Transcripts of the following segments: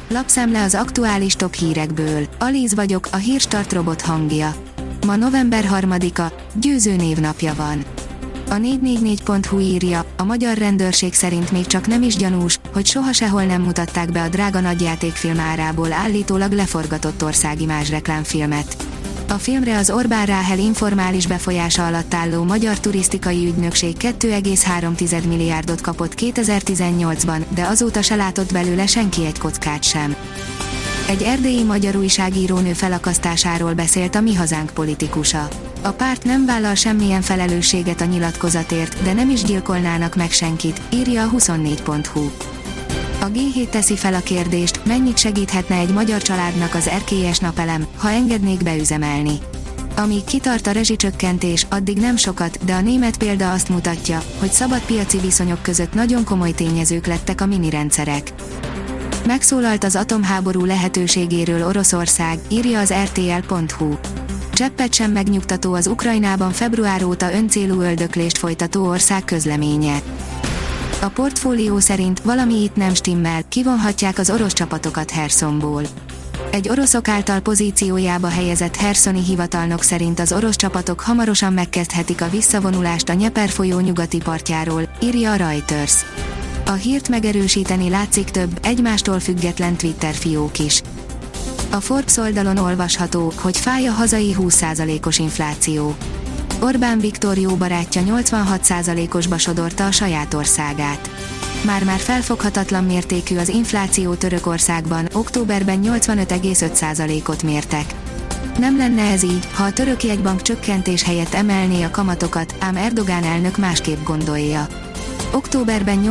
Lapszemle az aktuális top hírekből. Alíz vagyok, a Hírstart robot hangja. Ma november 3-a, Győző névnapja van. A 444.hu írja, a magyar rendőrség szerint még csak nem is gyanús, hogy soha sehol nem mutatták be a drága nagyjátékfilm árából állítólag leforgatott országimázs reklámfilmet. A filmre az Orbán Ráhel informális befolyása alatt álló Magyar Turisztikai Ügynökség 2,3 milliárdot kapott 2018-ban, de azóta se látott belőle senki egy kockát sem. Egy erdélyi magyar újságírónő felakasztásáról beszélt a Mi Hazánk politikusa. A párt nem vállal semmilyen felelősséget a nyilatkozatért, de nem is gyilkolnának meg senkit, írja a 24.hu. A G7 teszi fel a kérdést, mennyit segíthetne egy magyar családnak az erkélyes napelem, ha engednék beüzemelni. Amíg kitart a rezsicsökkentés, addig nem sokat, de a német példa azt mutatja, hogy szabad piaci viszonyok között nagyon komoly tényezők lettek a minirendszerek. Megszólalt az atomháború lehetőségéről Oroszország, írja az rtl.hu. Cseppet sem megnyugtató az Ukrajnában február óta öncélú öldöklést folytató ország közleménye. A portfólió szerint valami itt nem stimmel, kivonhatják az orosz csapatokat Hersonból. Egy oroszok által pozíciójába helyezett herszoni hivatalnok szerint az orosz csapatok hamarosan megkezdhetik a visszavonulást a Nyeper folyó nyugati partjáról, írja a Reuters. A hírt megerősíteni látszik több, egymástól független Twitter fiók is. A Forbes oldalon olvasható, hogy fáj a hazai 20%-os infláció. Orbán Viktor jó barátja 86%-osba sodorta a saját országát. Már felfoghatatlan mértékű az infláció Törökországban, októberben 85,5%-ot mértek. Nem lenne ez így, ha a török jegybank csökkentés helyett emelné a kamatokat, ám Erdogán elnök másképp gondolja. Októberben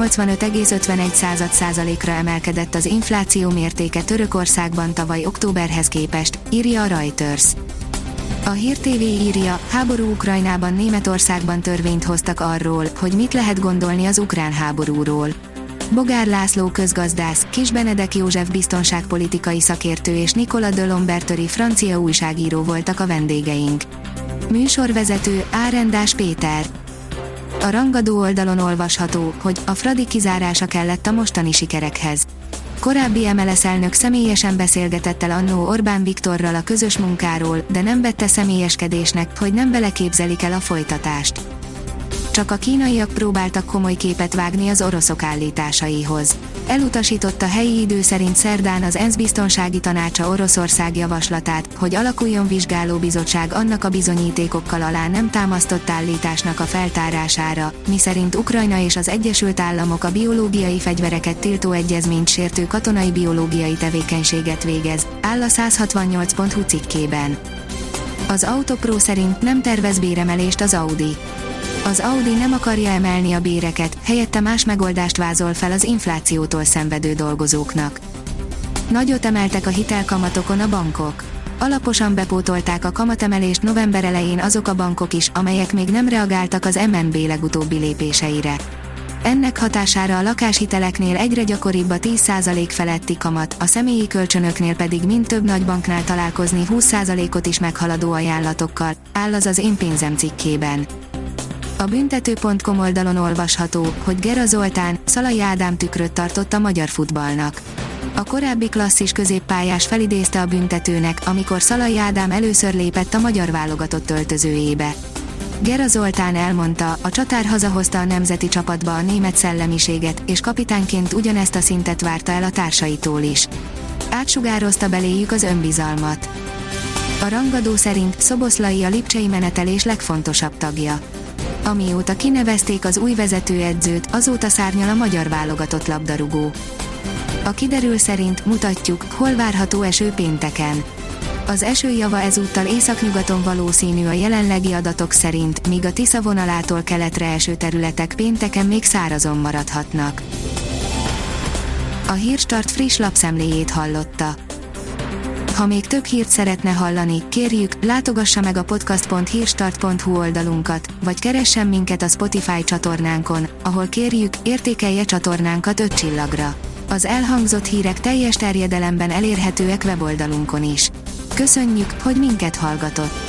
85,51%-ra emelkedett az infláció mértéke Törökországban tavaly októberhez képest, írja a Reuters. A Hír TV írja, háború Ukrajnában Németországban törvényt hoztak arról, hogy mit lehet gondolni az ukrán háborúról. Bogár László közgazdász, Kis Benedek József biztonságpolitikai szakértő és Nicolas de Lambertori francia újságíró voltak a vendégeink. Műsorvezető Árendás Péter. A rangadó oldalon olvasható, hogy a Fradi kizárása kellett a mostani sikerekhez. Korábbi MLS elnök személyesen beszélgetett el annó Orbán Viktorral a közös munkáról, de nem vette személyeskedésnek, hogy nem vele képzelik el a folytatást. Csak a kínaiak próbáltak komoly képet vágni az oroszok állításaihoz. Elutasította helyi idő szerint szerdán az ENSZ biztonsági tanácsa Oroszország javaslatát, hogy alakuljon vizsgálóbizottság annak a bizonyítékokkal alá nem támasztott állításnak a feltárására, miszerint Ukrajna és az Egyesült Államok a biológiai fegyvereket tiltó egyezményt sértő katonai biológiai tevékenységet végez, áll a 168.hu cikkében. Az Autopro szerint nem tervez béremelést az Audi. Az Audi nem akarja emelni a béreket, helyette más megoldást vázol fel az inflációtól szenvedő dolgozóknak. Nagyot emeltek a hitelkamatokon a bankok. Alaposan bepótolták a kamatemelést november elején azok a bankok is, amelyek még nem reagáltak az MNB legutóbbi lépéseire. Ennek hatására a lakáshiteleknél egyre gyakoribb a 10% feletti kamat, a személyi kölcsönöknél pedig mind több nagybanknál találkozni 20%-ot is meghaladó ajánlatokkal, áll az Én pénzem cikkében. A büntető.com oldalon olvasható, hogy Gera Zoltán, Szalai Ádám tükröt tartott a magyar futballnak. A korábbi klasszis középpályás felidézte a büntetőnek, amikor Szalai Ádám először lépett a magyar válogatott öltözőjébe. Gera Zoltán elmondta, a csatár hazahozta a nemzeti csapatba a német szellemiséget, és kapitányként ugyanezt a szintet várta el a társaitól is. Átsugározta beléjük az önbizalmat. A rangadó szerint Szoboszlai a lipcsei menetelés legfontosabb tagja. Amióta kinevezték az új vezetőedzőt, azóta szárnyal a magyar válogatott labdarúgó. A kiderül szerint mutatjuk, hol várható eső pénteken. Az esőjava ezúttal északnyugaton valószínű a jelenlegi adatok szerint, míg a Tisza vonalától keletre eső területek pénteken még szárazon maradhatnak. A Hírstart friss lapszemléjét hallotta. Ha még több hírt szeretne hallani, kérjük, látogassa meg a podcast.hírstart.hu oldalunkat, vagy keressen minket a Spotify csatornánkon, ahol kérjük, értékelje csatornánkat 5 csillagra. Az elhangzott hírek teljes terjedelemben elérhetőek weboldalunkon is. Köszönjük, hogy minket hallgatott!